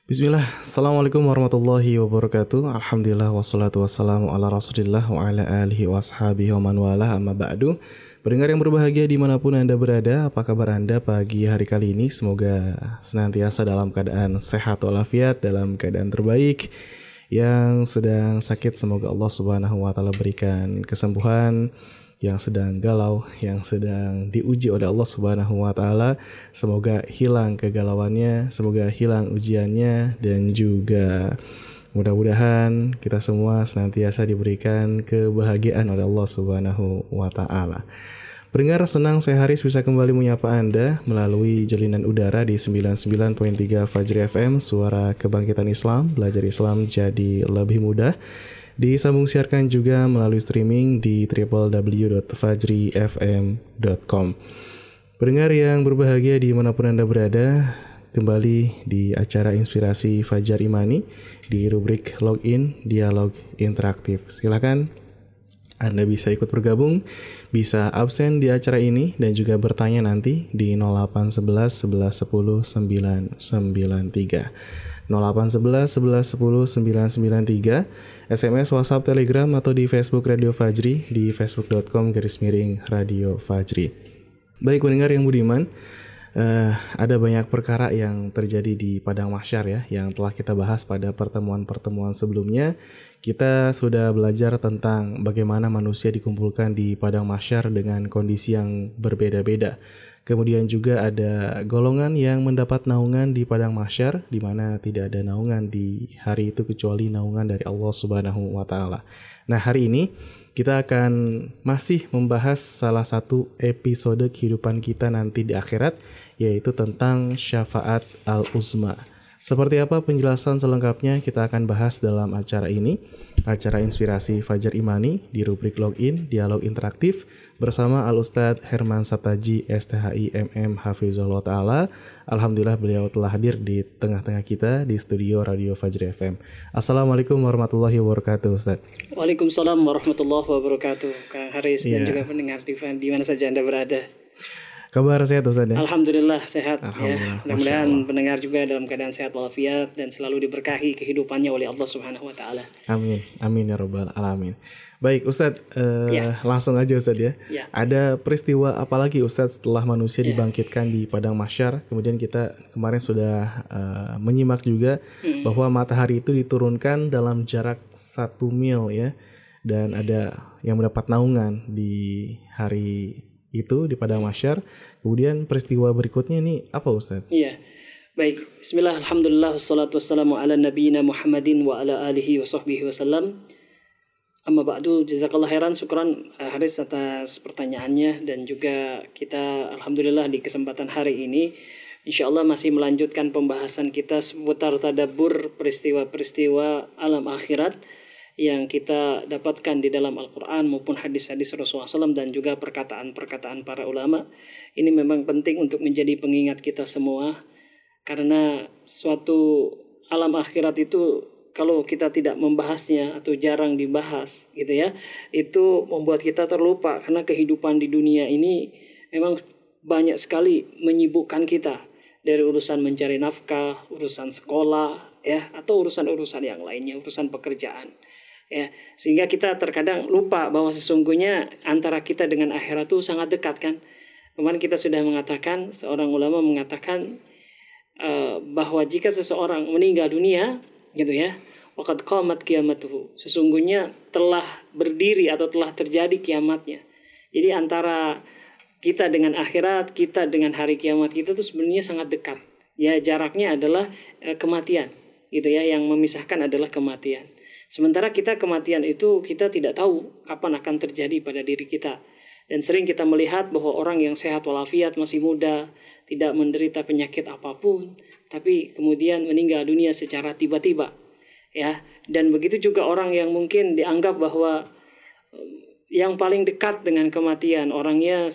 Bismillah, Assalamualaikum warahmatullahi wabarakatuh. Alhamdulillah wassalatu wassalamu ala rasulillah wa ala alihi wa ashabihi wa man wala amma ba'du. Pendengar yang berbahagia dimanapun Anda berada, apa kabar Anda pagi hari kali ini? Semoga senantiasa dalam keadaan sehat walafiat, dalam keadaan terbaik. Yang sedang sakit, semoga Allah subhanahu wa ta'ala berikan kesembuhan. Yang sedang galau, yang sedang diuji oleh Allah subhanahu wa ta'ala, semoga hilang kegalauannya, semoga hilang ujiannya, dan juga mudah-mudahan kita semua senantiasa diberikan kebahagiaan oleh Allah subhanahu wa ta'ala. Pendengar, senang saya Haris bisa kembali menyapa Anda melalui jalinan udara di 99.3 Fajri FM, suara kebangkitan Islam, belajar Islam jadi lebih mudah. Disambung siarkan juga melalui streaming di www.fajrifm.com. Pendengar yang berbahagia dimanapun Anda berada, kembali di acara Inspirasi Fajar Imani di rubrik Login Dialog Interaktif. Silakan Anda bisa ikut bergabung, bisa absen di acara ini dan juga bertanya nanti di 0811 11 10 993. 0811 11 10 993, SMS, WhatsApp, Telegram, atau di Facebook Radio Fajri di facebook.com/Radio Fajri. Baik pendengar yang budiman, ada banyak perkara yang terjadi di Padang Mahsyar ya, yang telah kita bahas pada pertemuan-pertemuan sebelumnya. Kita sudah belajar tentang bagaimana manusia dikumpulkan di Padang Mahsyar dengan kondisi yang berbeda-beda. Kemudian juga ada golongan yang mendapat naungan di Padang Mahsyar, di mana tidak ada naungan di hari itu kecuali naungan dari Allah Subhanahu wa Ta'ala. Nah, hari ini kita akan masih membahas salah satu episode kehidupan kita nanti di akhirat, yaitu tentang syafaat al-uzma. Seperti apa penjelasan selengkapnya kita akan bahas dalam acara ini, acara Inspirasi Fajar Imani di rubrik Login Dialog Interaktif bersama Al-Ustadz Herman Sabtaji STHI MM Hafizullah Ta'ala. Alhamdulillah beliau telah hadir di tengah-tengah kita di studio Radio Fajri FM. Assalamualaikum warahmatullahi wabarakatuh, Ustadz. Waalaikumsalam warahmatullahi wabarakatuh, Kang Haris dan juga pendengar di mana saja Anda berada. Kabar sehat, Ustadz ya? Alhamdulillah sehat. Ya. Mudah-mudahan pendengar juga dalam keadaan sehat walafiat dan selalu diberkahi kehidupannya oleh Allah Subhanahu wa Ta'ala. Amin, amin ya rabbal alamin. Baik Ustadz, langsung aja Ustadz ya. Ada peristiwa apa lagi Ustadz setelah manusia dibangkitkan di Padang Mahsyar? Kemudian kita kemarin sudah menyimak juga bahwa matahari itu diturunkan dalam jarak 1 mil ya. Dan ada yang mendapat naungan di hari itu di Padang Mahsyar. Kemudian peristiwa berikutnya ini apa Ustaz? Iya. Baik, bismillah, alhamdulillah, wassalatu wassalamu ala nabiyina Muhammadin wa ala alihi wa sahbihi wasallam. Amma ba'du, jazakallah khairan, syukran Haris atas pertanyaannya. Dan juga kita alhamdulillah di kesempatan hari ini insyaallah masih melanjutkan pembahasan kita seputar tadabbur peristiwa-peristiwa alam akhirat yang kita dapatkan di dalam Al-Quran maupun hadis-hadis Rasulullah SAW dan juga perkataan-perkataan para ulama. Ini memang penting untuk menjadi pengingat kita semua, karena suatu alam akhirat itu kalau kita tidak membahasnya atau jarang dibahas gitu ya, itu membuat kita terlupa, karena kehidupan di dunia ini memang banyak sekali menyibukkan kita, dari urusan mencari nafkah, urusan sekolah ya, atau urusan-urusan yang lainnya, urusan pekerjaan. Ya, sehingga kita terkadang lupa bahwa sesungguhnya antara kita dengan akhirat itu sangat dekat kan. Kemarin kita sudah mengatakan, seorang ulama mengatakan bahwa jika seseorang meninggal dunia gitu ya, waqad qamat qiyamatuhu, sesungguhnya telah berdiri atau telah terjadi kiamatnya. Jadi antara kita dengan akhirat, kita dengan hari kiamat kita itu sebenarnya sangat dekat. Ya, jaraknya adalah kematian gitu ya, yang memisahkan adalah kematian. Sementara kematian itu kita tidak tahu kapan akan terjadi pada diri kita. Dan sering kita melihat bahwa orang yang sehat walafiat, masih muda, tidak menderita penyakit apapun, tapi kemudian meninggal dunia secara tiba-tiba. Ya, dan begitu juga orang yang mungkin dianggap bahwa yang paling dekat dengan kematian, orangnya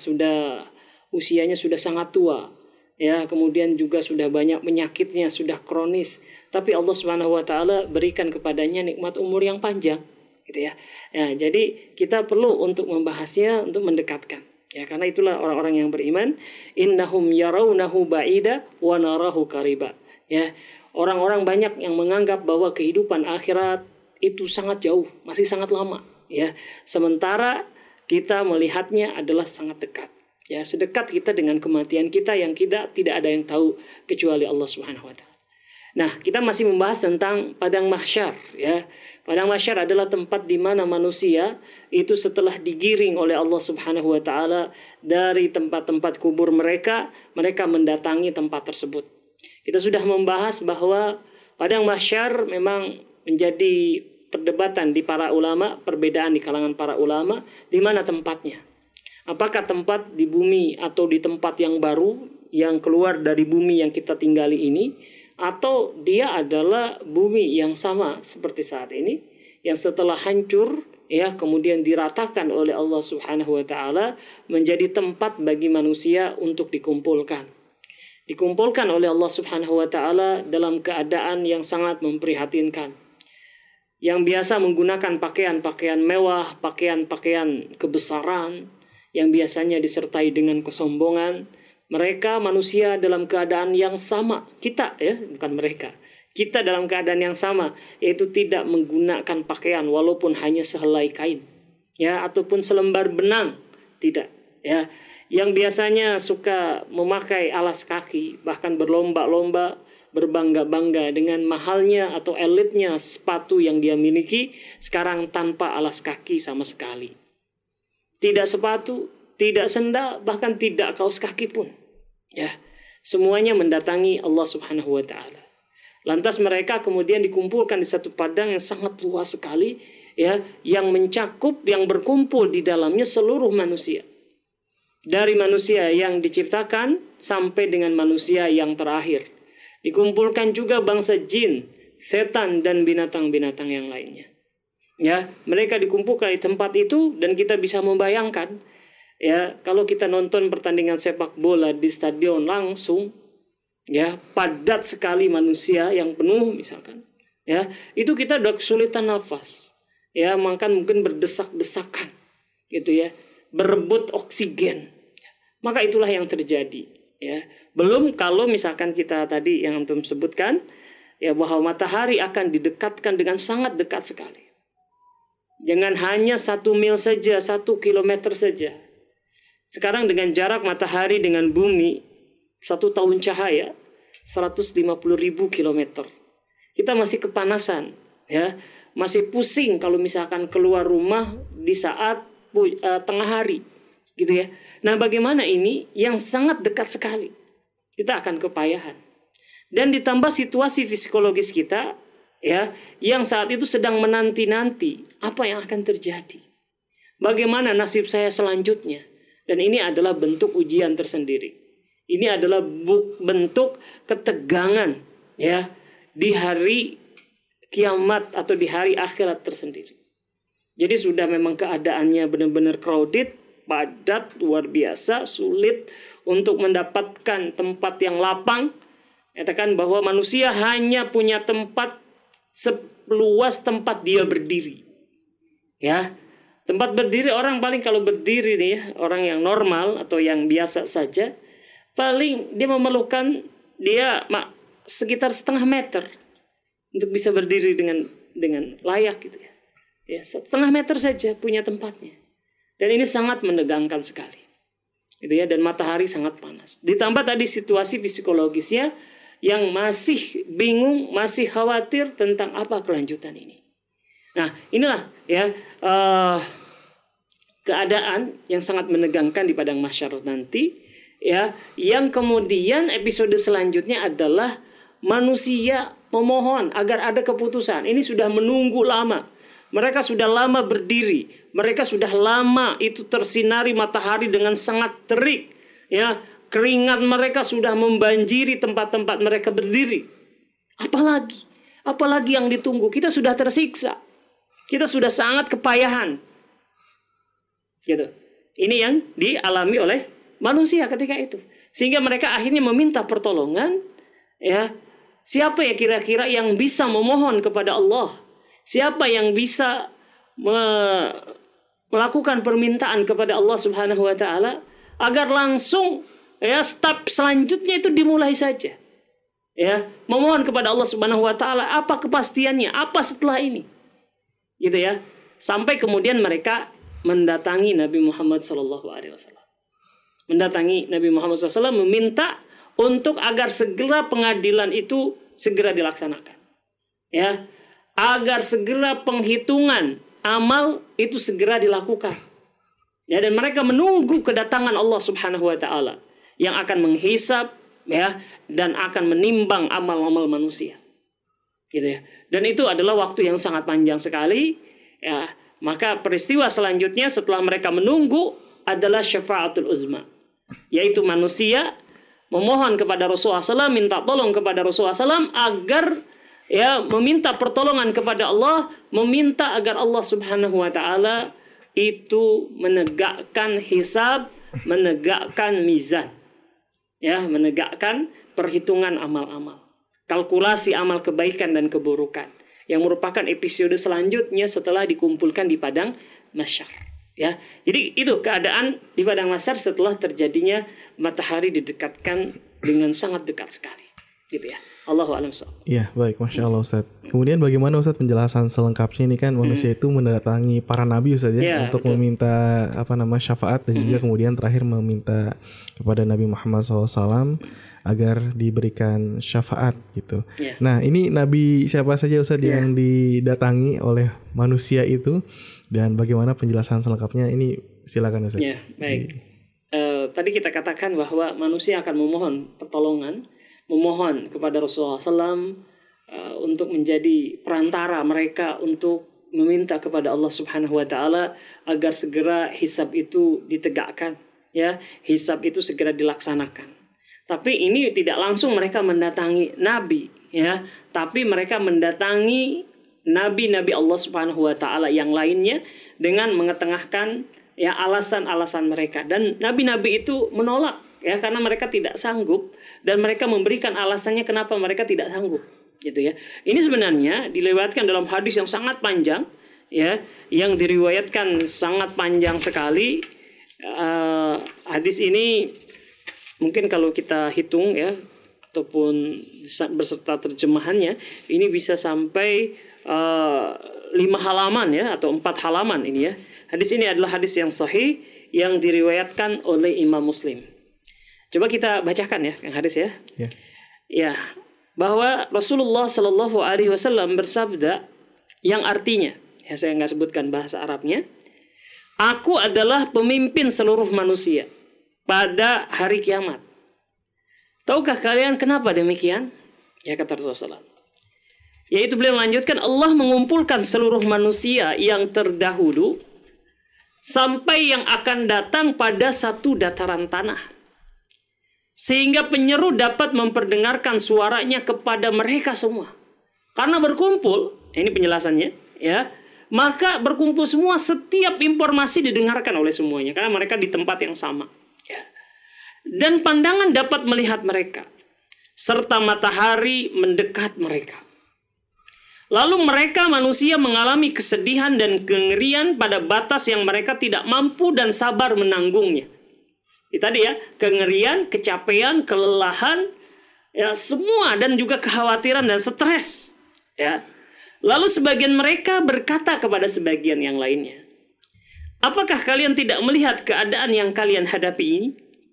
usianya sudah sangat tua. Ya, kemudian juga sudah banyak penyakitnya, sudah kronis, tapi Allah Subhanahu wa Ta'ala berikan kepadanya nikmat umur yang panjang gitu ya. Ya, jadi kita perlu untuk membahasnya, untuk mendekatkan. Ya, karena itulah orang-orang yang beriman, innahum yarawnahu ba'ida wa narahu qariba. Ya, Orang-orang banyak yang menganggap bahwa kehidupan akhirat itu sangat jauh, masih sangat lama, ya. Sementara kita melihatnya adalah sangat dekat. Ya, sedekat kita dengan kematian kita yang tidak ada yang tahu kecuali Allah Subhanahu wa taala. Nah, kita masih membahas tentang padang mahsyar, ya. Padang mahsyar adalah tempat di mana manusia itu setelah digiring oleh Allah Subhanahu wa taala dari tempat-tempat kubur mereka mendatangi tempat tersebut. Kita sudah membahas bahwa padang mahsyar memang menjadi perdebatan di para ulama, perbedaan di kalangan para ulama di mana tempatnya. Apakah tempat di bumi atau di tempat yang baru yang keluar dari bumi yang kita tinggali ini, atau dia adalah bumi yang sama seperti saat ini yang setelah hancur, ya, kemudian diratakan oleh Allah Subhanahu wa taala menjadi tempat bagi manusia untuk dikumpulkan oleh Allah Subhanahu wa taala dalam keadaan yang sangat memprihatinkan. Yang biasa menggunakan pakaian-pakaian mewah, pakaian-pakaian kebesaran yang biasanya disertai dengan kesombongan, mereka manusia dalam keadaan yang sama, kita, ya, bukan mereka. Kita dalam keadaan yang sama, yaitu tidak menggunakan pakaian walaupun hanya sehelai kain, ya, ataupun selembar benang, tidak, ya. Yang biasanya suka memakai alas kaki, bahkan berlomba-lomba, berbangga-bangga dengan mahalnya atau elitnya sepatu yang dia miliki, sekarang tanpa alas kaki sama sekali. Tidak sepatu, tidak sendal, bahkan tidak kaos kaki pun. Ya, semuanya mendatangi Allah Subhanahu wa taala. Lantas mereka kemudian dikumpulkan di satu padang yang sangat luas sekali, ya, yang mencakup, yang berkumpul di dalamnya seluruh manusia. Dari manusia yang diciptakan sampai dengan manusia yang terakhir. Dikumpulkan juga bangsa jin, setan dan binatang-binatang yang lainnya. Ya, mereka dikumpulkan di tempat itu dan kita bisa membayangkan, ya, kalau kita nonton pertandingan sepak bola di stadion langsung, ya, padat sekali manusia yang penuh misalkan, ya, itu kita udah kesulitan nafas, ya, mungkin berdesak-desakan, gitu ya, berebut oksigen. Maka itulah yang terjadi, ya. Belum kalau misalkan kita tadi yang antum sebutkan, ya, bahwa matahari akan didekatkan dengan sangat dekat sekali. Jangan hanya 1 mil saja, 1 kilometer saja. Sekarang dengan jarak matahari dengan bumi 1 tahun cahaya 150.000 kilometer. Kita masih kepanasan, ya, masih pusing kalau misalkan keluar rumah di saat tengah hari, gitu ya. Nah, bagaimana ini yang sangat dekat sekali? Kita akan kepayahan. Dan ditambah situasi psikologis kita, ya, yang saat itu sedang menanti-nanti apa yang akan terjadi. Bagaimana nasib saya selanjutnya? Dan ini adalah bentuk ujian tersendiri. Ini adalah bentuk ketegangan, ya, di hari kiamat atau di hari akhirat tersendiri. Jadi sudah memang keadaannya benar-benar crowded, padat, luar biasa, sulit untuk mendapatkan tempat yang lapang. Katakan bahwa manusia hanya punya tempat seluas tempat dia berdiri. Ya, tempat berdiri orang paling kalau berdiri nih, ya, orang yang normal atau yang biasa saja, paling dia memerlukan sekitar setengah meter untuk bisa berdiri dengan layak, gitu ya. Ya, setengah meter saja punya tempatnya. Dan ini sangat menegangkan sekali, gitu ya. Dan matahari sangat panas. Ditambah tadi situasi psikologisnya yang masih bingung, masih khawatir tentang apa kelanjutan ini. Nah, inilah, ya, keadaan yang sangat menegangkan di padang mahsyar nanti, ya, yang kemudian episode selanjutnya adalah manusia memohon agar ada keputusan. Ini sudah menunggu lama. Mereka sudah lama berdiri. Mereka sudah lama itu tersinari matahari dengan sangat terik. Ya, keringat mereka sudah membanjiri tempat-tempat mereka berdiri. Apalagi yang ditunggu? Kita sudah tersiksa. Kita sudah sangat kepayahan. Gitu. Ini yang dialami oleh manusia ketika itu. Sehingga mereka akhirnya meminta pertolongan, ya. Siapa ya kira-kira yang bisa memohon kepada Allah? Siapa yang bisa melakukan permintaan kepada Allah Subhanahu wa taala agar langsung, ya, step selanjutnya itu dimulai saja. Ya, memohon kepada Allah Subhanahu wa taala apa kepastiannya, apa setelah ini. Gitu ya. Sampai kemudian mereka mendatangi Nabi Muhammad SAW. Mendatangi Nabi Muhammad SAW meminta untuk agar segera pengadilan itu segera dilaksanakan. Ya, agar segera penghitungan amal itu segera dilakukan. Ya, dan mereka menunggu kedatangan Allah Subhanahu wa taala yang akan menghisab, ya, dan akan menimbang amal-amal manusia. Gitu ya. Dan itu adalah waktu yang sangat panjang sekali, ya. Maka peristiwa selanjutnya setelah mereka menunggu adalah syafaatul uzma, yaitu manusia memohon kepada Rasulullah SAW, minta tolong kepada Rasulullah SAW agar, ya, meminta pertolongan kepada Allah, meminta agar Allah Subhanahu wa taala itu menegakkan hisab, menegakkan mizan. Ya, menegakkan perhitungan amal-amal, kalkulasi amal kebaikan dan keburukan, yang merupakan episode selanjutnya setelah dikumpulkan di padang mahsyar. Ya, jadi itu keadaan di padang mahsyar setelah terjadinya matahari didekatkan dengan sangat dekat sekali, gitu ya. Allahu a'lam bishawab. Iya, baik, Masya Allah Ustaz. Kemudian bagaimana Ustaz penjelasan selengkapnya ini kan manusia itu mendatangi para nabi Ustaz ya, untuk betul. Meminta syafaat dan juga kemudian terakhir meminta kepada Nabi Muhammad SAW agar diberikan syafaat gitu. Yeah. Nah, ini nabi siapa saja Ustaz yang didatangi oleh manusia itu dan bagaimana penjelasan selengkapnya ini, silakan Ustaz. Ya, baik. Tadi kita katakan bahwa manusia akan memohon pertolongan, memohon kepada Rasulullah SAW untuk menjadi perantara mereka untuk meminta kepada Allah Subhanahu wa taala agar segera hisab itu ditegakkan, ya, hisab itu segera dilaksanakan. Tapi ini tidak langsung mereka mendatangi nabi, ya, tapi mereka mendatangi nabi-nabi Allah Subhanahu wa taala yang lainnya dengan mengetengahkan, ya, alasan-alasan mereka, dan nabi-nabi itu menolak, ya, karena mereka tidak sanggup, dan mereka memberikan alasannya kenapa mereka tidak sanggup, gitu ya. Ini sebenarnya dilewatkan dalam hadis yang sangat panjang, ya, yang diriwayatkan sangat panjang sekali. Hadis ini mungkin kalau kita hitung, ya, ataupun berserta terjemahannya, ini bisa sampai 5 halaman, ya, atau 4 halaman ini, ya. Hadis ini adalah hadis yang sahih yang diriwayatkan oleh Imam Muslim. Coba kita bacakan, ya, yang hadis, ya. Ya, bahwa Rasulullah Shallallahu Alaihi Wasallam bersabda yang artinya, ya, saya nggak sebutkan bahasa Arabnya, aku adalah pemimpin seluruh manusia pada hari kiamat. Tahukah kalian kenapa demikian? Ya, kata Rasulullah. Yaitu beliau melanjutkan, Allah mengumpulkan seluruh manusia yang terdahulu sampai yang akan datang pada satu dataran tanah, sehingga penyeru dapat memperdengarkan suaranya kepada mereka semua. Karena berkumpul, ini penjelasannya, ya, maka berkumpul semua, setiap informasi didengarkan oleh semuanya karena mereka di tempat yang sama, ya. Dan pandangan dapat melihat mereka, serta matahari mendekat mereka. Lalu mereka manusia mengalami kesedihan dan kengerian pada batas yang mereka tidak mampu dan sabar menanggungnya. Itu tadi, ya, kengerian, kecapean, kelelahan, ya, semua, dan juga kekhawatiran dan stres, ya. Lalu sebagian mereka berkata kepada sebagian yang lainnya, apakah kalian tidak melihat keadaan yang kalian hadapi ini?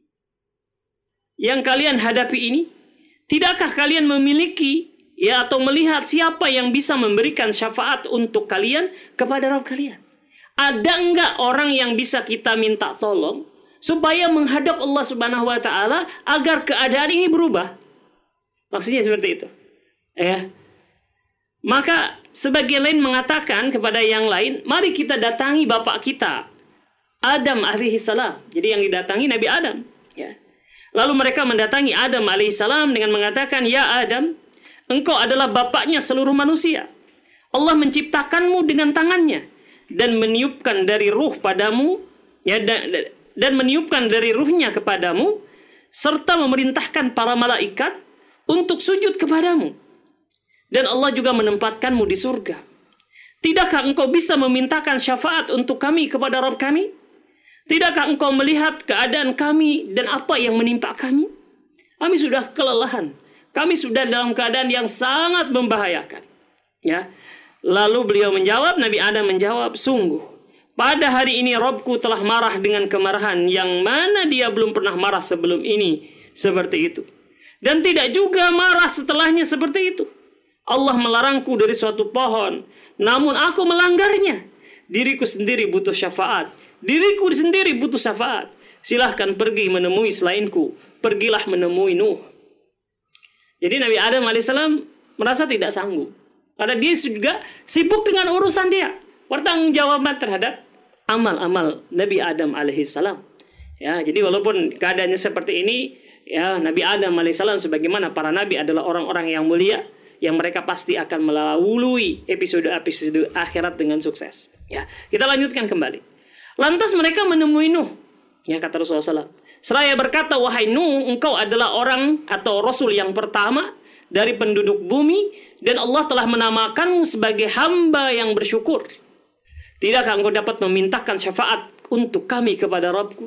Yang kalian hadapi ini? Tidakkah kalian memiliki, ya, atau melihat siapa yang bisa memberikan syafaat untuk kalian kepada Rabb kalian? Ada enggak orang yang bisa kita minta tolong supaya menghadap Allah Subhanahu wa taala agar keadaan ini berubah? Maksudnya seperti itu, ya. Maka sebagian lain mengatakan kepada yang lain, mari kita datangi bapak kita Adam alaihi salam. Jadi yang didatangi Nabi Adam, ya. Lalu mereka mendatangi Adam alaihi salam dengan mengatakan, ya Adam, engkau adalah bapaknya seluruh manusia. Allah menciptakanmu dengan tangannya dan meniupkan dari ruh padamu, ya, dan meniupkan dari ruhnya kepadamu, serta memerintahkan para malaikat untuk sujud kepadamu. Dan Allah juga menempatkanmu di surga. Tidakkah engkau bisa memintakan syafaat untuk kami kepada Rabb kami? Tidakkah engkau melihat keadaan kami dan apa yang menimpa kami? Kami sudah kelelahan, Kami sudah dalam keadaan yang sangat membahayakan. Ya. Lalu beliau menjawab, Nabi Adam menjawab, sungguh pada hari ini Robku telah marah dengan kemarahan yang mana dia belum pernah marah sebelum ini seperti itu. Dan tidak juga marah setelahnya seperti itu. Allah melarangku dari suatu pohon, namun aku melanggarnya. Diriku sendiri butuh syafaat. Diriku sendiri butuh syafaat. Silahkan pergi menemui selainku. Pergilah menemui Nuh. Jadi Nabi Adam alaihissalam merasa tidak sanggup. Karena dia juga sibuk dengan urusan dia. Pertanggungjawaban terhadap amal-amal Nabi Adam alaihissalam. Ya, jadi walaupun keadaannya seperti ini, ya Nabi Adam alaihissalam sebagaimana para nabi adalah orang-orang yang mulia, yang mereka pasti akan melalui episode-episode akhirat dengan sukses. Ya, kita lanjutkan kembali. Lantas mereka menemui Nuh. Ya, kata Rasulullah SAW. Seraya berkata, wahai Nuh, engkau adalah orang atau Rasul yang pertama dari penduduk bumi, dan Allah telah menamakanmu sebagai hamba yang bersyukur. Tidakkah engkau dapat memintakan syafaat untuk kami kepada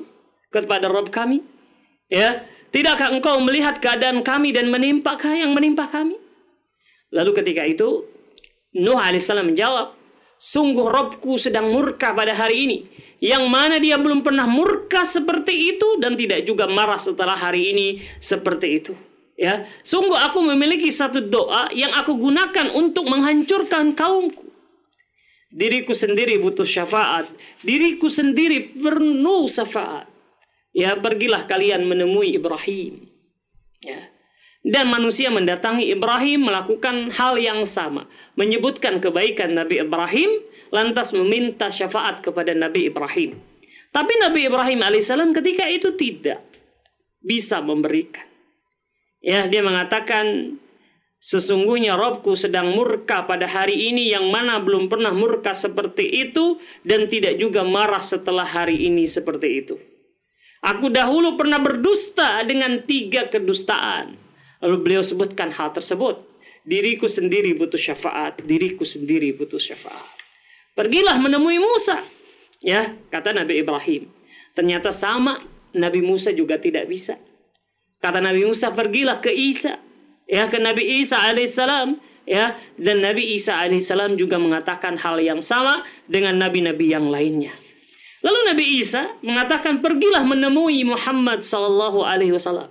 Rabb kami? Ya, tidakkah engkau melihat keadaan kami dan menimpa yang menimpa kami? Lalu ketika itu Nuh alaihissalam menjawab, sungguh Rabbku sedang murka pada hari ini, yang mana dia belum pernah murka seperti itu dan tidak juga marah setelah hari ini seperti itu. Ya, sungguh aku memiliki satu doa yang aku gunakan untuk menghancurkan kaumku. Diriku sendiri butuh syafaat. Diriku sendiri perlu syafaat. Ya, pergilah kalian menemui Ibrahim. Ya. Dan manusia mendatangi Ibrahim melakukan hal yang sama. Menyebutkan kebaikan Nabi Ibrahim, lantas meminta syafaat kepada Nabi Ibrahim. Tapi Nabi Ibrahim alaihissalam ketika itu tidak bisa memberikan. Ya, dia mengatakan, sesungguhnya Robku sedang murka pada hari ini yang mana belum pernah murka seperti itu dan tidak juga marah setelah hari ini seperti itu. Aku dahulu pernah berdusta dengan 3 kedustaan. Lalu beliau sebutkan hal tersebut. Diriku sendiri butuh syafaat. Diriku sendiri butuh syafaat. Pergilah menemui Musa. Ya, kata Nabi Ibrahim. Ternyata sama, Nabi Musa juga tidak bisa. Kata Nabi Musa, pergilah ke Isa. Ya, ke Nabi Isa alaihissalam. Ya, dan Nabi Isa alaihissalam juga mengatakan hal yang sama dengan nabi-nabi yang lainnya. Lalu Nabi Isa mengatakan, pergilah menemui Muhammad sallallahu alaihi wasallam.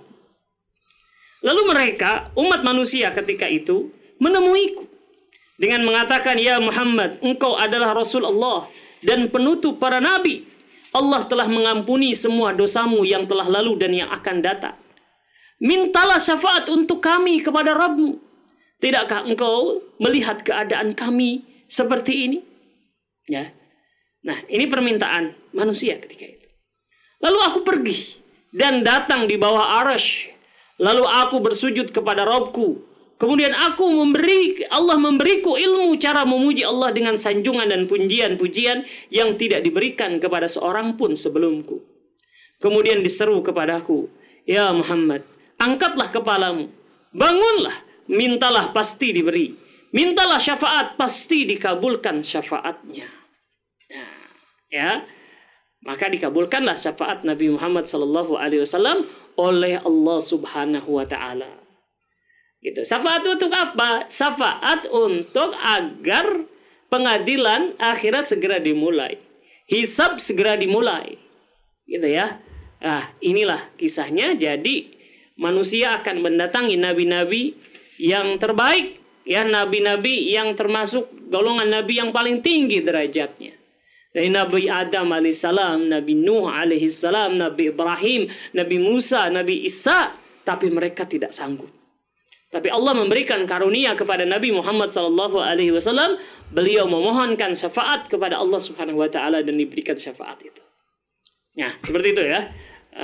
Lalu mereka, umat manusia ketika itu, menemuiku dengan mengatakan, ya Muhammad, engkau adalah Rasulullah dan penutup para nabi. Allah telah mengampuni semua dosamu yang telah lalu dan yang akan datang. Mintalah syafaat untuk kami kepada Rabbmu. Tidakkah engkau melihat keadaan kami seperti ini? Ya. Nah, ini permintaan manusia ketika itu. Lalu aku pergi dan datang di bawah arasy. Lalu aku bersujud kepada Rabbku. Kemudian Allah memberiku ilmu cara memuji Allah dengan sanjungan dan pujian-pujian yang tidak diberikan kepada seorang pun sebelumku. Kemudian diseru kepadaku, ya Muhammad, angkatlah kepalamu, bangunlah, mintalah pasti diberi, mintalah syafaat pasti dikabulkan syafaatnya. Nah, ya, maka dikabulkanlah syafaat Nabi Muhammad SAW oleh Allah Subhanahu Wa Taala. Gitu. Syafaat untuk apa? Syafaat untuk agar pengadilan akhirat segera dimulai, hisab segera dimulai, gitu ya. Nah, inilah kisahnya. Jadi manusia akan mendatangi nabi-nabi yang terbaik, ya, nabi-nabi yang termasuk golongan nabi yang paling tinggi derajatnya. Dari Nabi Adam alaihissalam, Nabi Nuh alaihissalam, Nabi Ibrahim, Nabi Musa, Nabi Isa, tapi mereka tidak sanggup. Tapi Allah memberikan karunia kepada Nabi Muhammad SAW. Beliau memohonkan syafaat kepada Allah Subhanahu Wa Taala dan diberikan syafaat itu. Nah, seperti itu ya.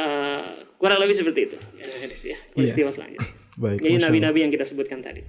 Kurang lebih seperti itu. Ya, peristiwa selanjutnya. Baik, jadi nabi-nabi yang kita sebutkan tadi.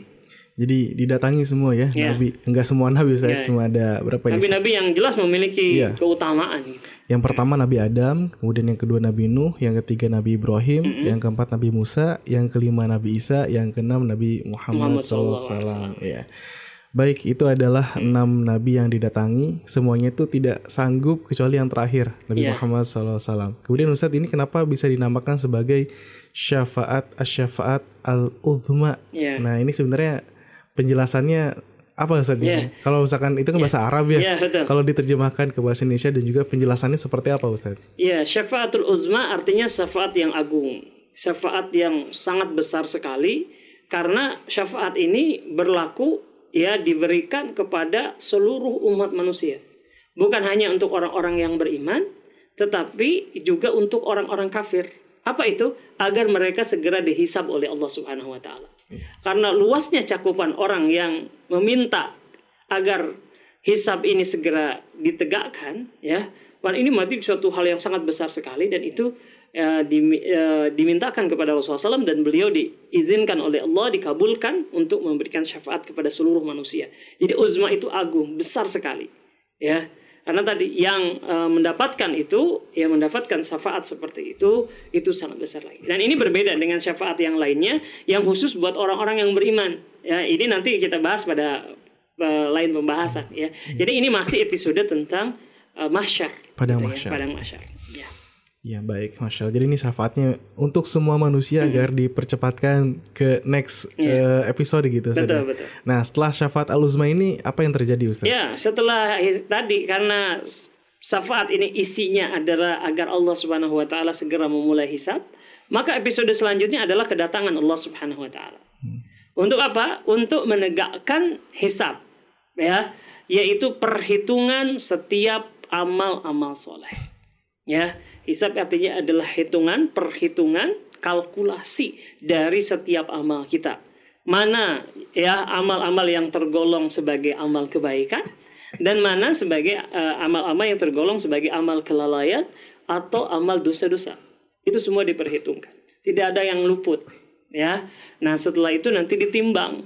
Jadi didatangi semua ya, nabi. Enggak semua nabi, Ustaz. Cuma ada berapa ini? Nabi-nabi yang jelas memiliki keutamaan. Gitu. Yang pertama Nabi Adam, kemudian yang kedua Nabi Nuh, yang ketiga Nabi Ibrahim, yang keempat Nabi Musa, yang kelima Nabi Isa, yang keenam Nabi Muhammad SAW. Ya. Baik, itu adalah 6 nabi yang didatangi. Semuanya itu tidak sanggup kecuali yang terakhir, Nabi Muhammad SAW. Kemudian Ustadz, ini kenapa bisa dinamakan sebagai syafaat asy-syafaat al-uzma? Nah, ini sebenarnya penjelasannya apa Ustadz? Kalau misalkan itu kan bahasa Arab ya. Kalau diterjemahkan ke bahasa Indonesia dan juga penjelasannya seperti apa Ustadz? Syafaatul uzma artinya syafaat yang agung. Syafaat yang sangat besar sekali, karena syafaat ini berlaku diberikan kepada seluruh umat manusia. Bukan hanya untuk orang-orang yang beriman, tetapi juga untuk orang-orang kafir. Apa itu? Agar mereka segera dihisab oleh Allah Subhanahu wa taala. Karena luasnya cakupan orang yang meminta agar hisab ini segera ditegakkan, dan ini berarti suatu hal yang sangat besar sekali, dan itu dimintakan kepada Rasulullah SAW, dan beliau diizinkan oleh Allah, dikabulkan untuk memberikan syafaat kepada seluruh manusia. Jadi uzma itu agung, besar sekali, karena tadi yang mendapatkan itu, yang mendapatkan syafaat seperti itu sangat besar lagi. Dan ini berbeda dengan syafaat yang lainnya yang khusus buat orang-orang yang beriman. Ini nanti kita bahas pada lain pembahasan. Jadi ini masih episode tentang mahsyar, padang mahsyar. Padang mahsyar. Ya, baik, Masya Allah. Jadi ini syafaatnya untuk semua manusia agar dipercepatkan ke next episode gitu. Betul. Nah, setelah syafaat al-uzma ini apa yang terjadi Ustaz? Setelah tadi, karena syafaat ini isinya adalah agar Allah Subhanahu wa taala segera memulai hisab, maka episode selanjutnya adalah kedatangan Allah Subhanahu wa taala. Untuk apa? Untuk menegakkan hisab, yaitu perhitungan setiap amal-amal soleh. Hisab artinya adalah perhitungan, kalkulasi dari setiap amal kita. Mana amal-amal yang tergolong sebagai amal kebaikan, dan mana sebagai amal-amal yang tergolong sebagai amal kelalaian atau amal dosa-dosa. Itu semua diperhitungkan. Tidak ada yang luput. Nah, setelah itu nanti ditimbang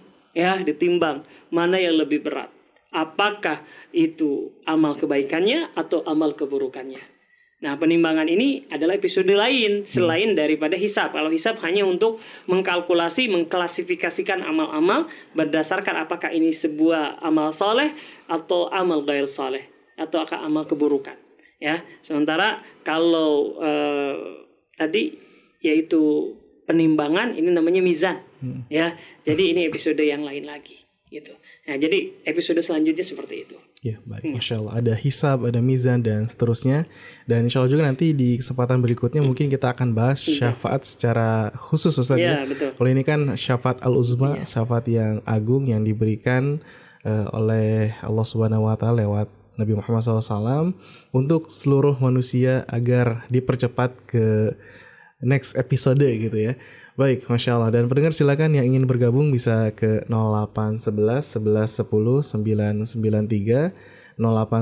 mana yang lebih berat. Apakah itu amal kebaikannya atau amal keburukannya. Nah, penimbangan ini adalah episode lain selain daripada hisab. Kalau hisab hanya untuk mengkalkulasi, mengklasifikasikan amal-amal berdasarkan apakah ini sebuah amal soleh atau amal ghair soleh, atau amal keburukan. Sementara kalau tadi yaitu penimbangan, ini namanya mizan. Jadi ini episode yang lain lagi. Gitu. Nah, jadi episode selanjutnya seperti itu. Ya, baik. Masya Allah. Ada hisab, ada mizan, dan seterusnya. Dan insya Allah juga nanti di kesempatan berikutnya mungkin kita akan bahas syafaat secara khusus Ustaz. Betul. Kalau ini kan syafaat al-uzma, syafaat yang agung yang diberikan oleh Allah Subhanahu wa taala lewat Nabi Muhammad SAW untuk seluruh manusia agar dipercepat ke next episode gitu ya. Baik, Masya Allah. Dan pendengar silakan yang ingin bergabung bisa ke 0811 11 10 993, 0811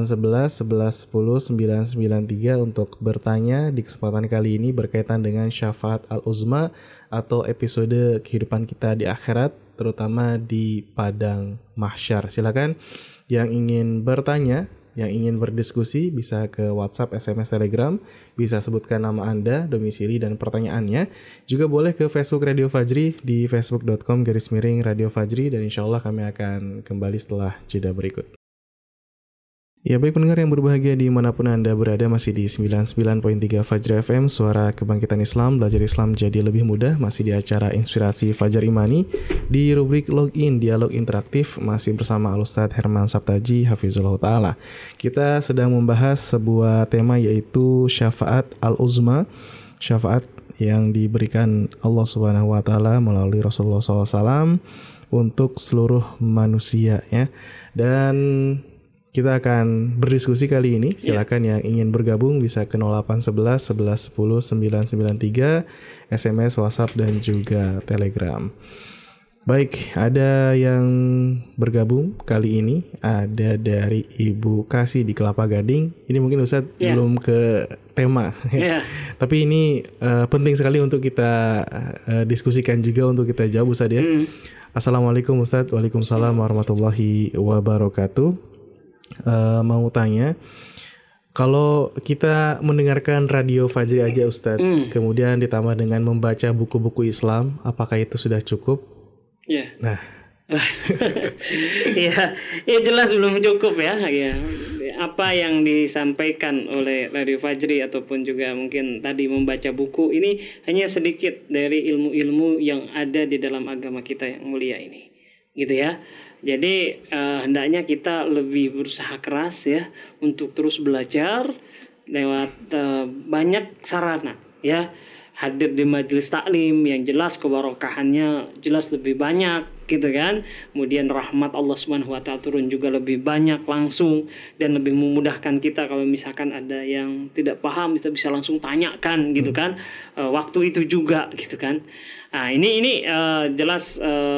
11 10 993 untuk bertanya di kesempatan kali ini berkaitan dengan syafaat al-uzma atau episode kehidupan kita di akhirat, terutama di padang mahsyar. Silakan yang ingin bertanya, yang ingin berdiskusi bisa ke WhatsApp, SMS, Telegram, bisa sebutkan nama Anda, domisili, dan pertanyaannya. Juga boleh ke Facebook Radio Fajri di facebook.com/Radio Fajri, dan insya Allah kami akan kembali setelah jeda berikut. Ya, baik pendengar yang berbahagia dimanapun Anda berada, masih di 99.3 Fajri FM, suara kebangkitan Islam, belajar Islam jadi lebih mudah, masih di acara Inspirasi Fajar Imani, di rubrik Login, Dialog Interaktif, masih bersama Al-Ustadz Herman Saptaji, Hafizullah Ta'ala. Kita sedang membahas sebuah tema yaitu syafaat al-uzma, syafaat yang diberikan Allah Subhanahu wa Ta'ala melalui Rasulullah SAW untuk seluruh manusia ya. Dan kita akan berdiskusi kali ini. Silakan yang ingin bergabung bisa ke 0811 11 10 993, SMS, WhatsApp, dan juga Telegram. Baik, ada yang bergabung kali ini. Ada dari Ibu Kasih di Kelapa Gading. Ini mungkin Ustaz belum ke tema. Tapi ini penting sekali untuk kita diskusikan juga, untuk kita jawab Ustaz ya. Assalamualaikum Ustaz. Waalaikumsalam warahmatullahi wabarakatuh. Mau tanya, kalau kita mendengarkan Radio Fajri aja Ustadz, kemudian ditambah dengan membaca buku-buku Islam, apakah itu sudah cukup? Nah, Ya jelas belum cukup ya. Ya, apa yang disampaikan oleh Radio Fajri ataupun juga mungkin tadi membaca buku ini hanya sedikit dari ilmu-ilmu yang ada di dalam agama kita yang mulia ini, gitu ya. Jadi hendaknya kita lebih berusaha keras ya untuk terus belajar lewat banyak sarana ya. Hadir di majelis taklim yang jelas kebarokahannya jelas lebih banyak gitu kan. Kemudian rahmat Allah Subhanahu wa taala turun juga lebih banyak langsung dan lebih memudahkan kita kalau misalkan ada yang tidak paham kita bisa langsung tanyakan gitu kan. Waktu itu juga gitu kan. Nah, ini jelas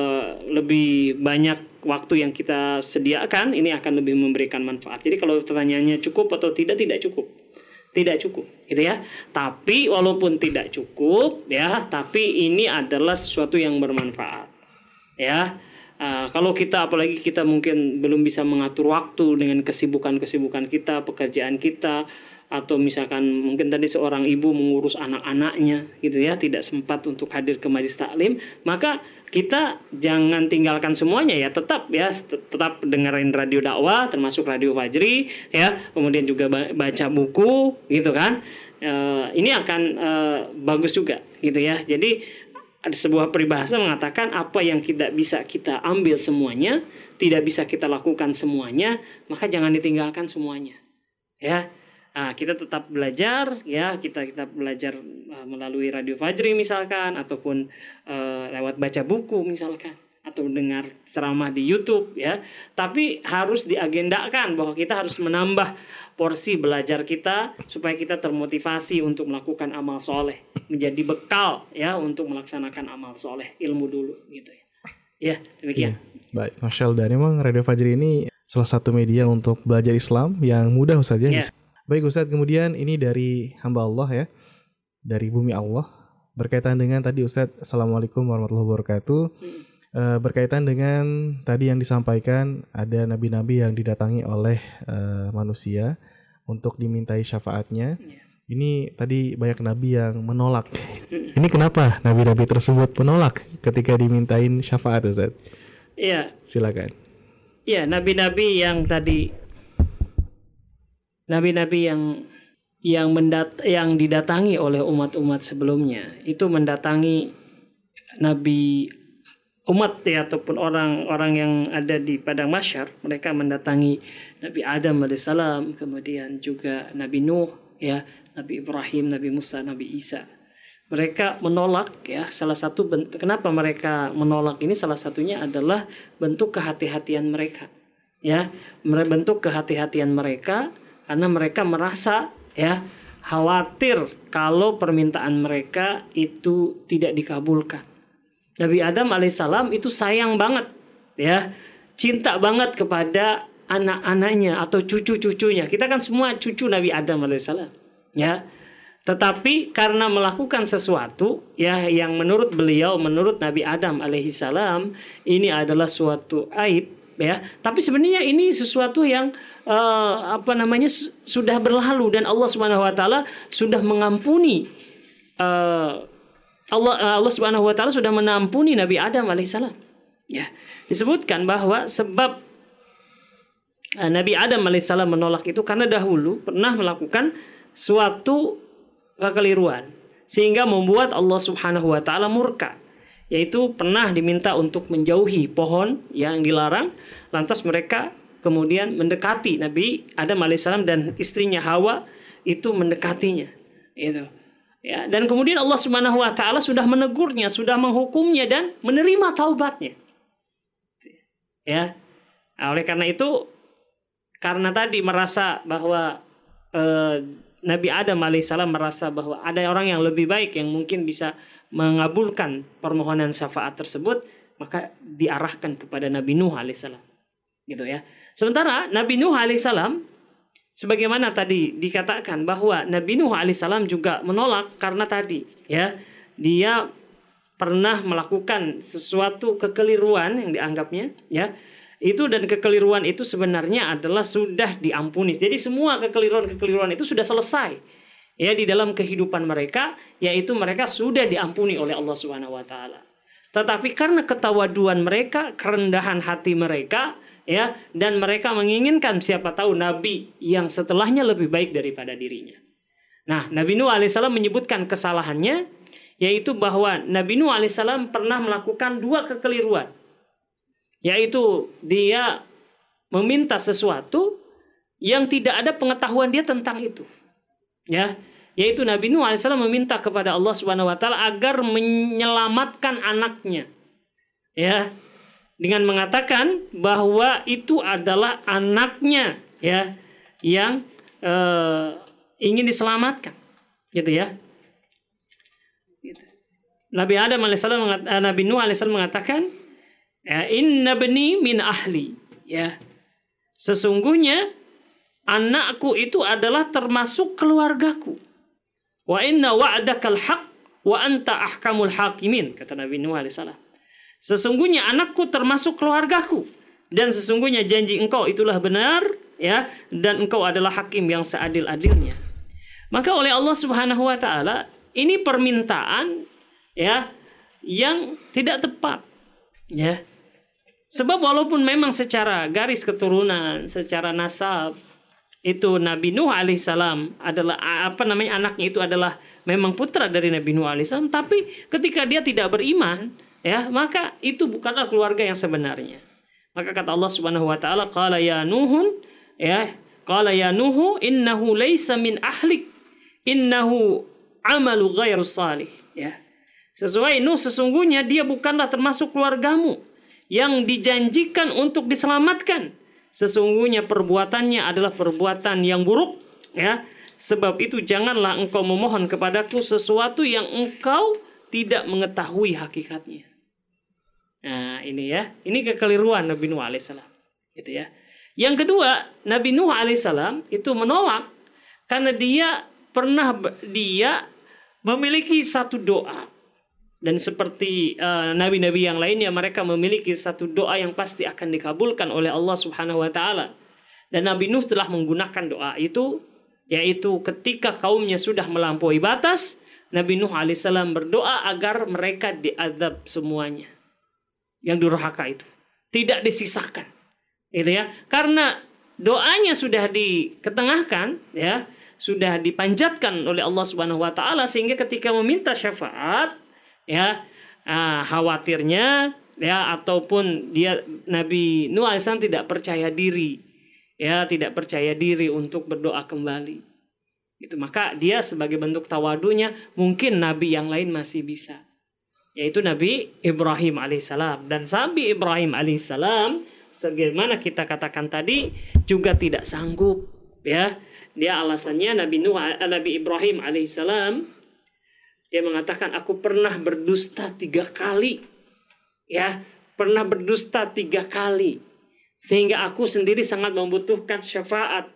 lebih banyak waktu yang kita sediakan ini akan lebih memberikan manfaat. Jadi kalau pertanyaannya cukup atau tidak cukup. Tidak cukup gitu ya. Tapi walaupun tidak cukup ya, tapi ini adalah sesuatu yang bermanfaat ya. Kalau kita apalagi kita mungkin belum bisa mengatur waktu dengan kesibukan kita, pekerjaan kita, atau misalkan mungkin tadi seorang ibu mengurus anak-anaknya gitu ya, tidak sempat untuk hadir ke majelis taklim, maka kita jangan tinggalkan semuanya ya, tetap dengerin radio dakwah termasuk Radio Fajri ya, kemudian juga baca buku gitu kan. Ini akan bagus juga gitu ya. Jadi ada sebuah peribahasa mengatakan apa yang tidak bisa kita ambil semuanya, tidak bisa kita lakukan semuanya, maka jangan ditinggalkan semuanya ya. Kita tetap belajar ya, kita belajar melalui Radio Fajri misalkan, ataupun lewat baca buku misalkan, atau dengar ceramah di YouTube ya. Tapi harus diagendakan bahwa kita harus menambah porsi belajar kita supaya kita termotivasi untuk melakukan amal soleh, menjadi bekal ya untuk melaksanakan amal soleh, ilmu dulu gitu ya. Ya demikian. Baik, Masya Allah. Dan memang Radio Fajri ini salah satu media untuk belajar Islam yang mudah Ustaz ya. Baik Ustaz, kemudian ini dari hamba Allah ya, dari bumi Allah, berkaitan dengan tadi Ustaz, Assalamualaikum warahmatullahi wabarakatuh. Berkaitan dengan tadi yang disampaikan, ada nabi-nabi yang didatangi oleh manusia untuk dimintai syafaatnya. Ini tadi banyak nabi yang menolak. Ini kenapa nabi-nabi tersebut menolak ketika dimintain syafaat Ustaz? Iya. Silakan. Iya, nabi-nabi yang tadi, nabi-nabi yang didatangi oleh umat-umat sebelumnya itu mendatangi nabi umat ya, ataupun orang-orang yang ada di padang mahsyar. Mereka mendatangi Nabi Adam alaihissalam, kemudian juga Nabi Nuh ya, Nabi Ibrahim, Nabi Musa, Nabi Isa. Mereka menolak ya, salah satu bentuk kenapa mereka menolak ini, salah satunya adalah bentuk kehati-hatian mereka ya, bentuk kehati-hatian mereka karena mereka merasa ya khawatir kalau permintaan mereka itu tidak dikabulkan. Nabi Adam alaihissalam itu sayang banget ya, cinta banget kepada anak-anaknya atau cucu-cucunya. Kita kan semua cucu Nabi Adam alaihissalam ya. Tetapi karena melakukan sesuatu ya yang menurut beliau, menurut Nabi Adam alaihissalam ini adalah suatu aib ya, tapi sebenarnya ini sesuatu yang sudah berlalu dan Allah Subhanahu wa taala sudah mengampuni, Allah Subhanahu wa taala sudah mengampuni Nabi Adam alaihissalam ya. Disebutkan bahwa sebab Nabi Adam alaihissalam menolak itu karena dahulu pernah melakukan suatu kekeliruan sehingga membuat Allah Subhanahu wa taala murka, yaitu pernah diminta untuk menjauhi pohon yang dilarang. Lantas mereka kemudian mendekati Nabi Adam alaihissalam dan istrinya Hawa itu mendekatinya itu ya, dan kemudian Allah Subhanahu wa taala sudah menegurnya, sudah menghukumnya dan menerima taubatnya ya. Oleh karena itu, karena tadi merasa bahwa Nabi Adam alaihissalam merasa bahwa ada orang yang lebih baik yang mungkin bisa mengabulkan permohonan syafaat tersebut, maka diarahkan kepada Nabi Nuh alaihissalam gitu ya. Sementara Nabi Nuh alaihissalam, sebagaimana tadi dikatakan bahwa Nabi Nuh alaihissalam juga menolak karena tadi ya, dia pernah melakukan sesuatu kekeliruan yang dianggapnya ya, itu, dan kekeliruan itu sebenarnya adalah sudah diampuni. Jadi semua kekeliruan itu sudah selesai ya di dalam kehidupan mereka, yaitu mereka sudah diampuni oleh Allah Subhanahu wa taala. tetapi karena ketawaduan mereka, kerendahan hati mereka, ya, dan mereka menginginkan siapa tahu nabi yang setelahnya lebih baik daripada dirinya. Nah, Nabi Nuh alaihissalam menyebutkan kesalahannya, yaitu bahwa Nabi Nuh alaihissalam pernah melakukan 2 kekeliruan, yaitu dia meminta sesuatu yang tidak ada pengetahuan dia tentang itu, ya, yaitu Nabi Nuh alaihissalam meminta kepada Allah Subhanahu wa taala agar menyelamatkan anaknya, ya, dengan mengatakan bahwa itu adalah anaknya, ya, yang ingin diselamatkan, gitu ya. Nabi Adam alaihissalam, Nabi Nuh alaihissalam mengatakan, inna bni min ahli, ya, sesungguhnya anakku itu adalah termasuk keluargaku. Wa inna wa'dakal haq wa anta ahkamul hakimin, kata Nabi Nuh alaihissalam. Sesungguhnya anakku termasuk keluargaku, dan sesungguhnya janji engkau itulah benar, ya, dan engkau adalah hakim yang seadil-adilnya. Maka oleh Allah Subhanahu wa taala, ini permintaan, ya, yang tidak tepat, ya. Sebab walaupun memang secara garis keturunan, secara nasab itu Nabi Nuh alaihissalam adalah anaknya itu adalah memang putra dari Nabi Nuh alaihissalam, tapi ketika dia tidak beriman, ya, maka itu bukanlah keluarga yang sebenarnya. Maka kata Allah Subhanahu wa taala, qala ya Nuhun, ya, qala ya Nuhu innahu laisa min ahlik, innahu amalu ghairu salih, ya. Sesuai Nuh, sesungguhnya dia bukanlah termasuk keluargamu yang dijanjikan untuk diselamatkan. Sesungguhnya perbuatannya adalah perbuatan yang buruk, ya. Sebab itu janganlah engkau memohon kepadaku sesuatu yang engkau tidak mengetahui hakikatnya. Nah, ini, ya, ini kekeliruan Nabi Nuh alaihissalam, gitu ya. Yang kedua, Nabi Nuh alaihissalam itu menolak karena dia memiliki satu doa. Dan seperti nabi-nabi yang lainnya, mereka memiliki satu doa yang pasti akan dikabulkan oleh Allah Subhanahu wa taala. Dan Nabi Nuh telah menggunakan doa itu, yaitu ketika kaumnya sudah melampaui batas, Nabi Nuh alaihissalam berdoa agar mereka diazab semuanya yang durhaka itu, tidak disisakan, gitu ya. Karena doanya sudah diketengahkan, ya, sudah dipanjatkan oleh Allah Subhanahu wa taala, sehingga ketika meminta syafaat, ya, khawatirnya, ya, ataupun dia Nabi Nuh alaihissalam tidak percaya diri, ya, tidak percaya diri untuk berdoa kembali, itu. Maka dia sebagai bentuk tawadunya, mungkin nabi yang lain masih bisa, yaitu Nabi Ibrahim alaihissalam. Dan Nabi Ibrahim alaihissalam, sebagaimana kita katakan tadi, juga tidak sanggup, ya. Dia alasannya Nabi Ibrahim alaihissalam, dia mengatakan, aku pernah berdusta 3 kali, ya, pernah berdusta 3 kali, sehingga aku sendiri sangat membutuhkan syafaat,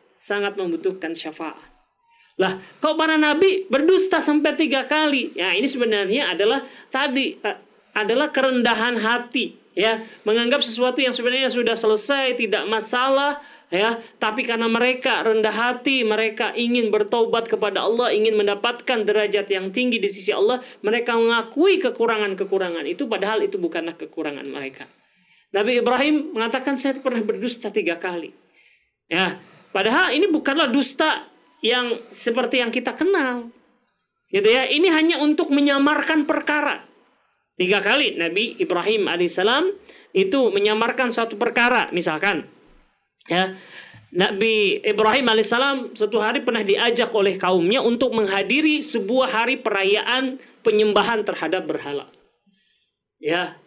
Lah, kok para nabi berdusta sampai 3 kali? Ya, ini sebenarnya adalah kerendahan hati, ya, menganggap sesuatu yang sebenarnya sudah selesai, tidak masalah, ya, tapi karena mereka rendah hati, mereka ingin bertaubat kepada Allah, ingin mendapatkan derajat yang tinggi di sisi Allah, mereka mengakui kekurangan-kekurangan itu, padahal itu bukanlah kekurangan mereka. Nabi Ibrahim mengatakan, saya pernah berdusta 3 kali, ya, padahal ini bukanlah dusta yang seperti yang kita kenal, gitu ya. Ini hanya untuk menyamarkan perkara. 3 kali Nabi Ibrahim alaihissalam itu menyamarkan suatu perkara. Misalkan, ya, Nabi Ibrahim alaihissalam suatu hari pernah diajak oleh kaumnya untuk menghadiri sebuah hari perayaan penyembahan terhadap berhala, ya.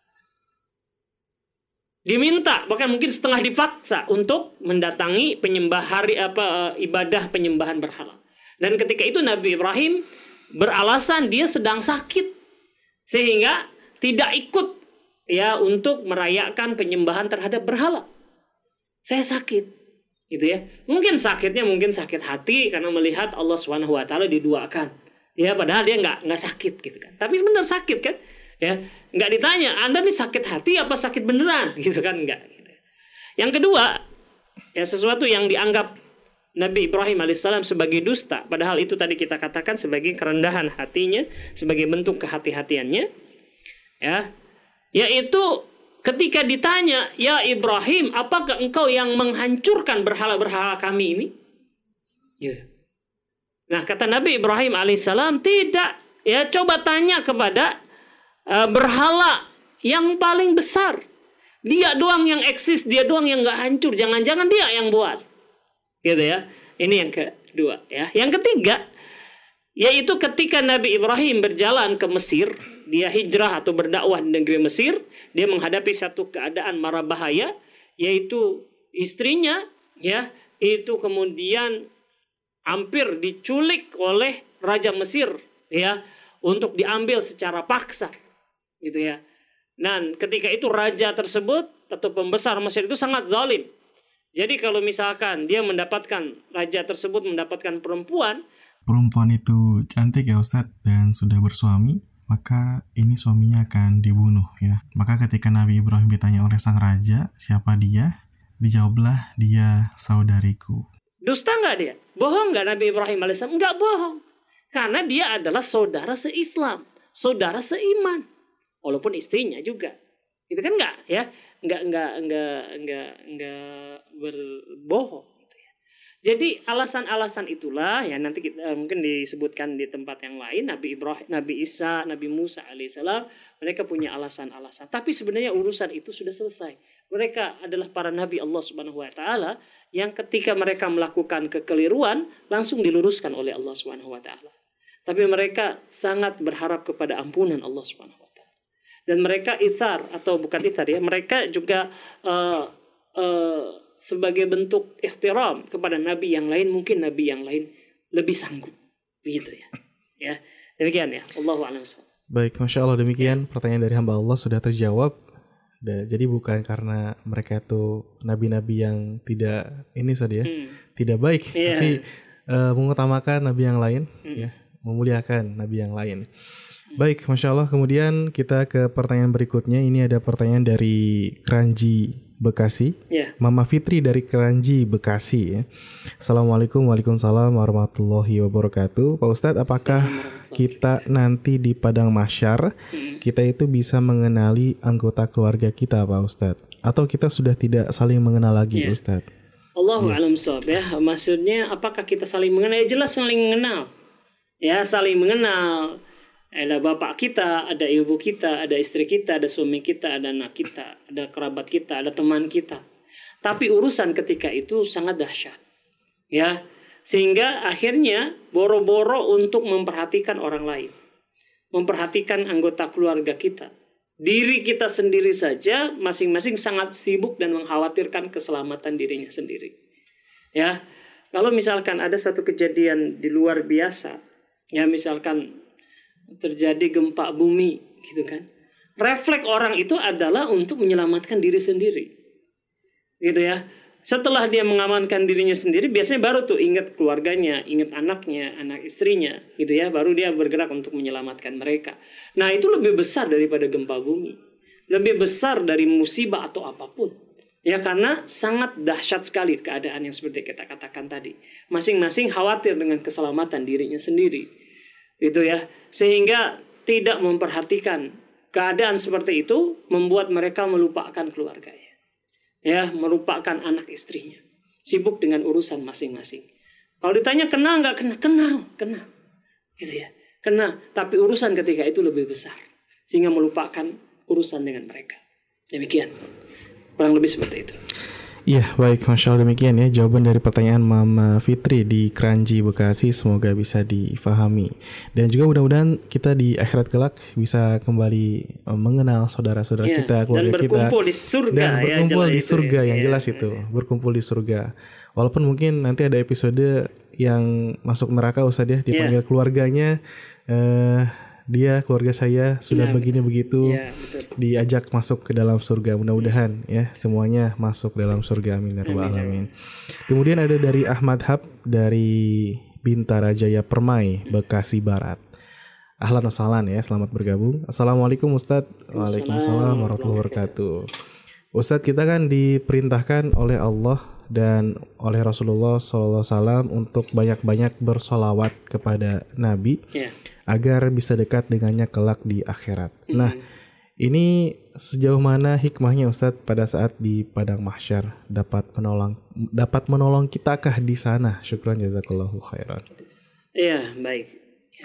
Diminta, bahkan mungkin setengah dipaksa untuk mendatangi ibadah penyembahan berhala. Dan ketika itu Nabi Ibrahim beralasan dia sedang sakit, sehingga tidak ikut, ya, untuk merayakan penyembahan terhadap berhala. Saya sakit, gitu ya. Mungkin sakitnya sakit hati karena melihat Allah Subhanahu wa taala diduakan, ya, padahal dia nggak sakit, gitu kan. Tapi sebenarnya sakit kan, ya, nggak ditanya, Anda nih sakit hati apa sakit beneran, gitu kan, nggak. Gitu. Yang kedua, ya, sesuatu yang dianggap Nabi Ibrahim alaihissalam sebagai dusta, padahal itu tadi kita katakan sebagai kerendahan hatinya, sebagai bentuk kehati-hatiannya, ya. Yaitu ketika ditanya, "Ya Ibrahim, apakah engkau yang menghancurkan berhala-berhala kami ini?" Ya. Nah, kata Nabi Ibrahim alaihissalam, tidak. Ya, coba tanya kepada berhala yang paling besar. Dia doang yang eksis, dia doang yang nggak hancur. Jangan-jangan dia yang buat. Gitu ya. Ini yang kedua. Ya. Yang ketiga, yaitu ketika Nabi Ibrahim berjalan ke Mesir, dia hijrah atau berdakwah di negeri Mesir, dia menghadapi satu keadaan mara bahaya, yaitu istrinya, ya, itu kemudian hampir diculik oleh Raja Mesir, ya, untuk diambil secara paksa, gitu ya. Dan ketika itu raja tersebut atau pembesar Mesir itu sangat zalim. Jadi kalau misalkan dia raja tersebut mendapatkan perempuan itu cantik ya Ustadz dan sudah bersuami, maka ini suaminya akan dibunuh ya. Maka ketika Nabi Ibrahim ditanya oleh sang raja, siapa dia? Dijawablah, dia saudariku. Dusta nggak dia? Bohong nggak Nabi Ibrahim alaihissalam? Nggak bohong. Karena dia adalah saudara se-Islam, saudara seiman. Walaupun istrinya juga. Itu kan nggak ya? Nggak berbohong. Gitu ya. Jadi alasan-alasan itulah ya nanti kita mungkin disebutkan di tempat yang lain. Nabi Ibrahim, Nabi Isa, Nabi Musa alaihissalam, mereka punya alasan-alasan. Tapi sebenarnya urusan itu sudah selesai. Mereka adalah para nabi Allah Subhanahu wa taala yang ketika mereka melakukan kekeliruan langsung diluruskan oleh Allah Subhanahu wa taala. Tapi mereka sangat berharap kepada ampunan Allah Subhanahu wa taala. Dan mereka mereka juga sebagai bentuk ihtiram kepada nabi yang lain, mungkin nabi yang lain lebih sanggup, begitu ya. Ya, demikian ya. Allahu a'lam. Baik, Masya Allah, demikian pertanyaan dari hamba Allah sudah terjawab. Jadi bukan karena mereka itu nabi-nabi yang tidak tidak baik, tapi mengutamakan nabi yang lain, ya, memuliakan nabi yang lain. Baik, Masya Allah. Kemudian kita ke pertanyaan berikutnya. Ini ada pertanyaan dari Kranji, Bekasi. Mama Fitri dari Kranji, Bekasi. Ya. Assalamualaikum, waalaikumsalam warahmatullahi wabarakatuh. Pak Ustadz, apakah kita nanti di padang mahsyar kita itu bisa mengenali anggota keluarga kita, Pak Ustadz? Atau kita sudah tidak saling mengenal lagi, Ustadz? Allahu a'lam shawab ya. Maksudnya apakah kita saling mengenal? Ya jelas saling mengenal. Ya, saling mengenal. Ada bapak kita, ada ibu kita, ada istri kita, ada suami kita, ada anak kita, ada kerabat kita, ada teman kita. Tapi urusan ketika itu sangat dahsyat. Ya, sehingga akhirnya boro-boro untuk memperhatikan orang lain. Memperhatikan anggota keluarga kita. Diri kita sendiri saja masing-masing sangat sibuk dan mengkhawatirkan keselamatan dirinya sendiri. Ya, kalau misalkan ada satu kejadian di luar biasa, ya misalkan terjadi gempa bumi gitu kan, refleks orang itu adalah untuk menyelamatkan diri sendiri gitu ya. Setelah dia mengamankan dirinya sendiri, biasanya baru tuh ingat keluarganya, ingat anaknya, anak istrinya gitu ya, baru dia bergerak untuk menyelamatkan mereka. Nah, itu lebih besar daripada gempa bumi, lebih besar dari musibah atau apapun ya, karena sangat dahsyat sekali keadaan yang seperti kita katakan tadi. Masing-masing khawatir dengan keselamatan dirinya sendiri gitu ya, sehingga tidak memperhatikan keadaan seperti itu membuat mereka melupakan keluarganya, ya, melupakan anak istrinya, sibuk dengan urusan masing-masing. Kalau ditanya kenal nggak, kenal, gitu ya, kenal. Tapi urusan ketika itu lebih besar, sehingga melupakan urusan dengan mereka. Demikian, kurang lebih seperti itu. Iya, baik, Masya Allah, demikian ya jawaban dari pertanyaan Mama Fitri di Kranji, Bekasi. Semoga bisa difahami. Dan juga mudah-mudahan kita di akhirat kelak bisa kembali mengenal saudara-saudara kita, keluarga kita. Dan berkumpul di surga. Dan berkumpul di surga, yang jelas itu. Berkumpul di surga. Walaupun mungkin nanti ada episode yang masuk neraka, Ustadz ya, dipanggil keluarganya. Dia, keluarga saya sudah begini begitu, diajak masuk ke dalam surga. Mudah-mudahan ya semuanya masuk dalam surga, amin ya rabbal alamin. Kemudian ada dari Ahmad Hab dari Bintara Jaya Permai, Bekasi Barat. Ahlan wa sahlan ya, selamat bergabung. Assalamualaikum Ustadz. Waalaikumsalam warahmatullahi wabarakatuh. Ustadz, kita kan diperintahkan oleh Allah dan oleh Rasulullah SAW untuk banyak-banyak bersolawat kepada Nabi agar bisa dekat dengannya kelak di akhirat. Nah, Ini sejauh mana hikmahnya Ustadz pada saat di padang mahsyar dapat menolong kitakah di sana? Syukran jazakallahu khairan. Iya, baik.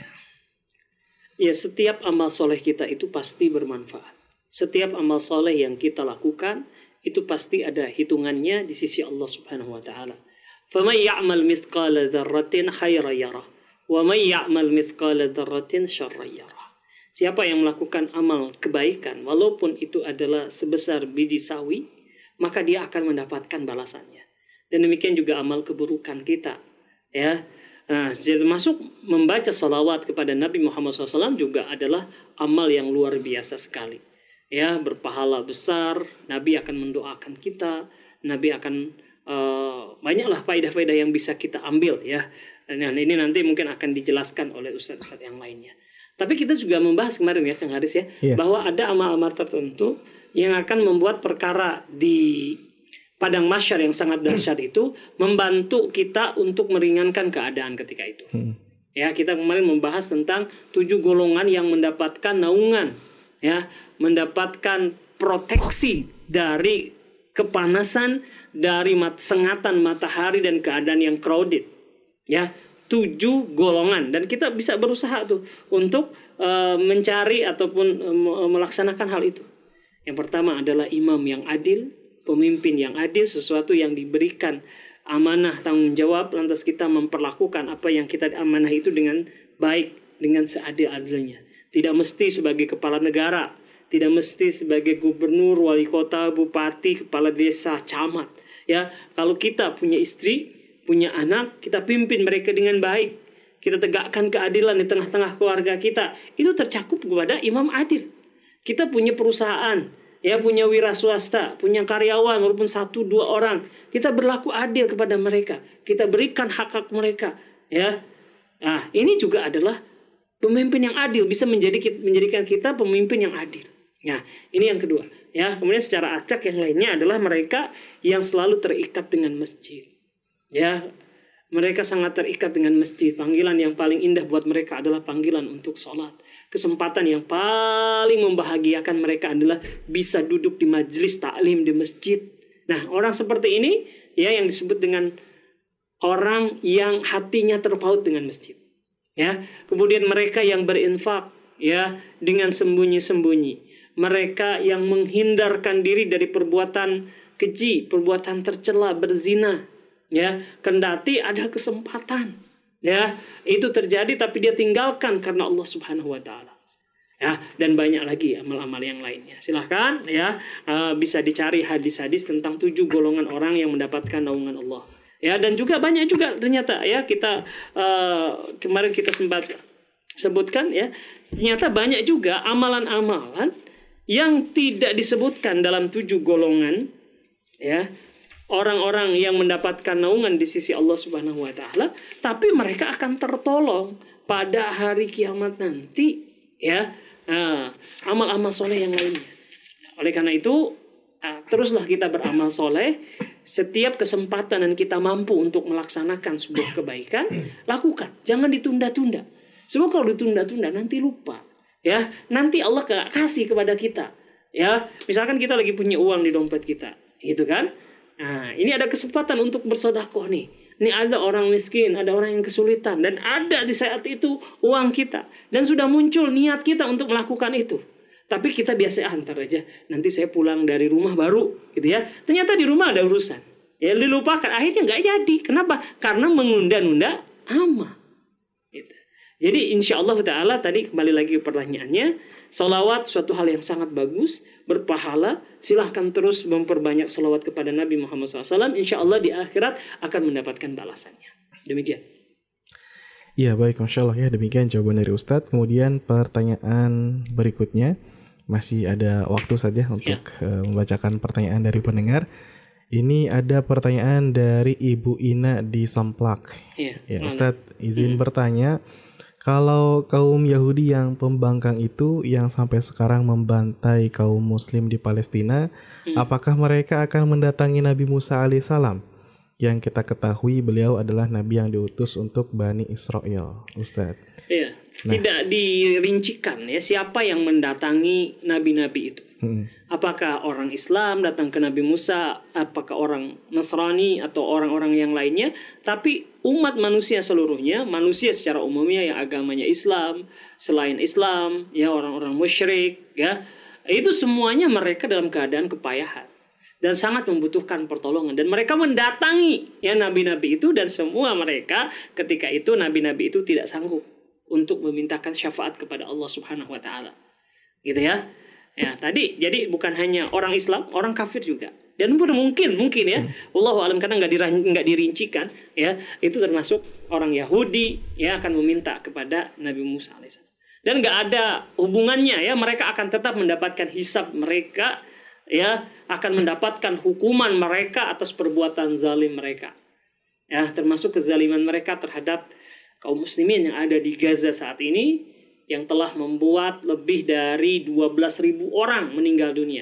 Ya, setiap amal soleh kita itu pasti bermanfaat. Setiap amal soleh yang kita lakukan itu pasti ada hitungannya di sisi Allah Subhanahu wa taala. Faman ya'mal mithqala dzarratin khairan yarah wa man ya'mal mithqala dzarratin syarran yarah. Siapa yang melakukan amal kebaikan walaupun itu adalah sebesar biji sawi, maka dia akan mendapatkan balasannya. Dan demikian juga amal keburukan kita, ya. Nah, termasuk membaca salawat kepada Nabi Muhammad SAW juga adalah amal yang luar biasa sekali. Ya, berpahala besar. Nabi akan mendoakan kita. Nabi akan banyaklah faedah-faedah yang bisa kita ambil, ya. Dan ini nanti mungkin akan dijelaskan oleh ustaz-ustaz yang lainnya. Tapi kita juga membahas kemarin ya Kang Haris ya, bahwa ada amal-amal tertentu yang akan membuat perkara di padang mahsyar yang sangat dahsyat itu membantu kita untuk meringankan keadaan ketika itu. Ya, kita kemarin membahas tentang 7 golongan yang mendapatkan naungan, ya, mendapatkan proteksi dari kepanasan, dari sengatan matahari dan keadaan yang crowded. Ya, 7 golongan, dan kita bisa berusaha tuh untuk mencari ataupun melaksanakan hal itu. Yang pertama adalah imam yang adil, pemimpin yang adil, sesuatu yang diberikan amanah tanggung jawab, lantas kita memperlakukan apa yang kita amanah itu dengan baik, dengan seadil-adilnya. Tidak mesti sebagai kepala negara, tidak mesti sebagai gubernur, wali kota, bupati, kepala desa, camat. Ya, kalau kita punya istri, punya anak, kita pimpin mereka dengan baik. Kita tegakkan keadilan di tengah-tengah keluarga kita. Itu tercakup kepada imam adil. Kita punya perusahaan, ya, punya wira swasta, punya karyawan walaupun 1-2 orang. Kita berlaku adil kepada mereka. Kita berikan hak-hak mereka, ya. Nah, ini juga adalah pemimpin yang adil, bisa menjadikan kita pemimpin yang adil. Nah, ini yang kedua, ya. Kemudian secara acak yang lainnya adalah mereka yang selalu terikat dengan masjid. Ya, mereka sangat terikat dengan masjid. Panggilan yang paling indah buat mereka adalah panggilan untuk sholat. Kesempatan yang paling membahagiakan mereka adalah bisa duduk di majelis taklim di masjid. Nah, orang seperti ini, ya, yang disebut dengan orang yang hatinya terpaut dengan masjid. Ya, kemudian mereka yang berinfak, ya, dengan sembunyi-sembunyi. Mereka yang menghindarkan diri dari perbuatan keji, perbuatan tercela, berzina. Ya, kendati ada kesempatan, ya, itu terjadi tapi dia tinggalkan karena Allah Subhanahu wa taala. Ya, dan banyak lagi amal-amal yang lainnya. Silahkan, ya, bisa dicari hadis-hadis tentang 7 golongan orang yang mendapatkan naungan Allah. Ya, dan juga banyak juga ternyata, ya, kita kemarin kita sempat sebutkan, ya, ternyata banyak juga amalan-amalan yang tidak disebutkan dalam 7 golongan, ya, orang-orang yang mendapatkan naungan di sisi Allah Subhanahu wa taala, tapi mereka akan tertolong pada hari kiamat nanti, ya. Amal-amal soleh yang lainnya. Oleh karena itu, teruslah kita beramal soleh. Setiap kesempatan yang kita mampu untuk melaksanakan sebuah kebaikan, lakukan. Jangan ditunda-tunda. Sebab kalau ditunda-tunda nanti lupa, ya. Nanti Allah kasih kepada kita, ya. Misalkan kita lagi punya uang di dompet kita, gitu kan? Nah, ini ada kesempatan untuk bersedekah nih. Ini ada orang miskin, ada orang yang kesulitan, dan ada di saat itu uang kita, dan sudah muncul niat kita untuk melakukan itu. Tapi kita biasa antar aja. Nanti saya pulang dari rumah baru, gitu ya. Ternyata di rumah ada urusan. Ya, dilupakan. Akhirnya nggak jadi. Kenapa? Karena mengunda-nunda amal. Gitu. Jadi insya Allah Ta'ala tadi kembali lagi pertanyaannya. Salawat suatu hal yang sangat bagus, berpahala. Silahkan terus memperbanyak salawat kepada Nabi Muhammad SAW. Insya Allah di akhirat akan mendapatkan balasannya. Demikian. Ya, baik, Masya Allah, ya, demikian jawaban dari Ustadz. Kemudian pertanyaan berikutnya, masih ada waktu saja untuk membacakan pertanyaan dari pendengar. Ini ada pertanyaan dari Ibu Ina di Samplak. Ya, Ustadz izin bertanya, kalau kaum Yahudi yang pembangkang itu yang sampai sekarang membantai kaum Muslim di Palestina, apakah mereka akan mendatangi Nabi Musa alaihissalam? Yang kita ketahui beliau adalah Nabi yang diutus untuk Bani Israel, Ustadz. Iya. Tidak dirincikan ya siapa yang mendatangi nabi-nabi itu. Apakah orang Islam datang ke Nabi Musa, apakah orang Nasrani atau orang-orang yang lainnya, tapi umat manusia seluruhnya, manusia secara umumnya yang agamanya Islam, selain Islam, ya orang-orang musyrik, ya, itu semuanya mereka dalam keadaan kepayahan dan sangat membutuhkan pertolongan, dan mereka mendatangi ya nabi-nabi itu, dan semua mereka ketika itu nabi-nabi itu tidak sanggup untuk memintakan syafaat kepada Allah Subhanahu wa taala. Gitu ya. Ya, tadi jadi bukan hanya orang Islam, orang kafir juga. Dan mungkin ya, wallahu alam, karena nggak dirincikan ya, itu termasuk orang Yahudi ya akan meminta kepada Nabi Musa alaihissalam. Dan nggak ada hubungannya ya, mereka akan tetap mendapatkan hisab mereka ya, akan mendapatkan hukuman mereka atas perbuatan zalim mereka. Ya, termasuk kezaliman mereka terhadap kaum muslimin yang ada di Gaza saat ini, yang telah membuat lebih dari 12.000 orang meninggal dunia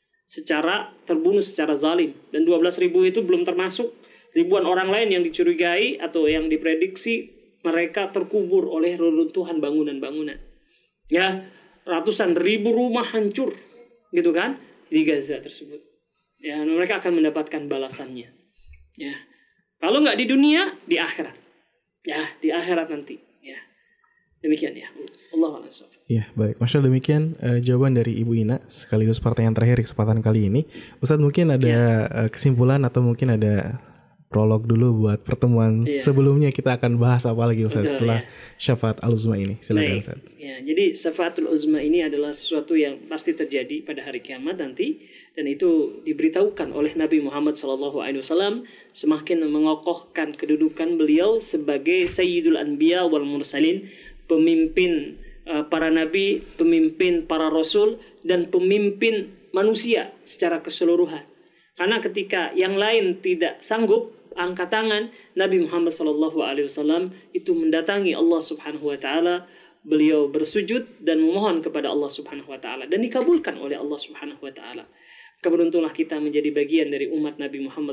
terbunuh secara zalim, dan 12.000 itu belum termasuk ribuan orang lain yang dicurigai atau yang diprediksi mereka terkubur oleh reruntuhan bangunan-bangunan. Ya, ratusan ribu rumah hancur gitu kan di Gaza tersebut. Ya, mereka akan mendapatkan balasannya. Ya. Kalau nggak di dunia, di akhirat. Ya, di akhirat nanti. Ya. Demikian ya. Allahu a'lam. Ya, baik. Masya Allah, demikian jawaban dari Ibu Ina sekaligus pertanyaan terakhir di kesempatan kali ini. Ustadz, mungkin ada kesimpulan atau mungkin ada prolog dulu buat pertemuan sebelumnya, kita akan bahas apa lagi Ustadz setelah syafaat al-uzma ini. Silakan Ustadz. Ya, jadi syafaatul uzma ini adalah sesuatu yang pasti terjadi pada hari kiamat nanti, dan itu diberitahukan oleh Nabi Muhammad SAW, semakin mengokohkan kedudukan beliau sebagai Sayyidul Anbiya wal Mursalin, pemimpin para nabi, pemimpin para rasul, dan pemimpin manusia secara keseluruhan. Karena ketika yang lain tidak sanggup angkat tangan, Nabi Muhammad SAW itu mendatangi Allah Subhanahu Wa Taala. Beliau bersujud dan memohon kepada Allah Subhanahu Wa Taala, dan dikabulkan oleh Allah Subhanahu Wa Taala. Keberuntunglah kita menjadi bagian dari umat Nabi Muhammad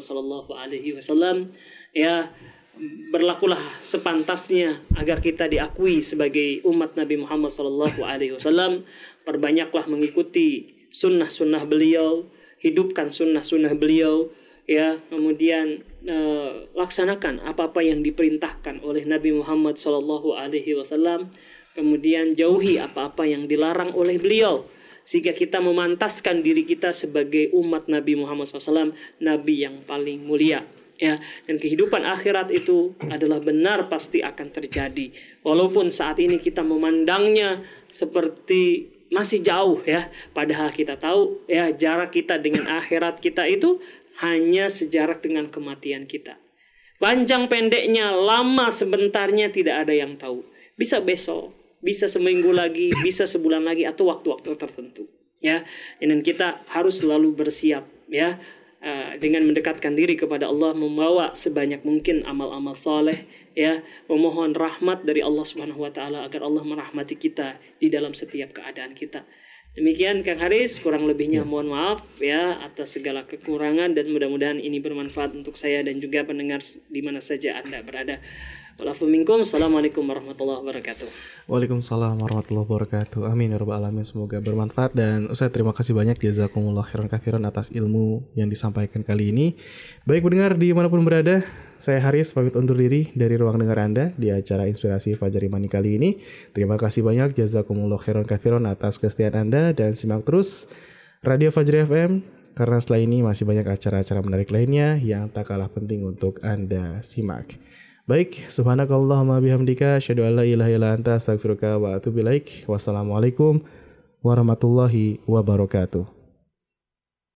SAW. Ya, berlakulah sepantasnya agar kita diakui sebagai umat Nabi Muhammad SAW. Perbanyaklah mengikuti sunnah-sunnah beliau, hidupkan sunnah-sunnah beliau, ya, kemudian laksanakan apa-apa yang diperintahkan oleh Nabi Muhammad SAW, kemudian jauhi apa-apa yang dilarang oleh beliau, sehingga kita memantaskan diri kita sebagai umat Nabi Muhammad SAW, Nabi yang paling mulia. Ya, dan kehidupan akhirat itu adalah benar pasti akan terjadi, walaupun saat ini kita memandangnya seperti masih jauh ya, padahal kita tahu ya jarak kita dengan akhirat kita itu hanya sejarak dengan kematian kita. Panjang pendeknya, lama sebentarnya tidak ada yang tahu. Bisa besok, bisa seminggu lagi, bisa sebulan lagi, atau waktu-waktu tertentu ya. Dan kita harus selalu bersiap ya, dengan mendekatkan diri kepada Allah, membawa sebanyak mungkin amal-amal soleh ya, memohon rahmat dari Allah Subhanahu Wa Taala agar Allah merahmati kita di dalam setiap keadaan kita. Demikian Kang Haris, kurang lebihnya mohon maaf ya atas segala kekurangan, dan mudah-mudahan ini bermanfaat untuk saya dan juga pendengar di mana saja Anda berada. Assalamualaikum warahmatullahi wabarakatuh. Waalaikumsalam warahmatullahi wabarakatuh. Amin ya rabbal alamin. Semoga bermanfaat, dan Ustaz terima kasih banyak, jazakumullah khairan katsiran atas ilmu yang disampaikan kali ini. Baik pendengar dimanapun berada, saya Haris pamit undur diri dari ruang dengar Anda di acara Inspirasi Fajar Imani kali ini. Terima kasih banyak, jazakumullah khairan katsiran atas kesetiaan Anda, dan simak terus Radio Fajar FM, karena setelah ini masih banyak acara-acara menarik lainnya yang tak kalah penting untuk Anda simak. Baik, subhanakallahumma bihamdika asyhadu an la ilaha illa anta astaghfiruka wa atubu ilaik. Wassalamualaikum warahmatullahi wabarakatuh.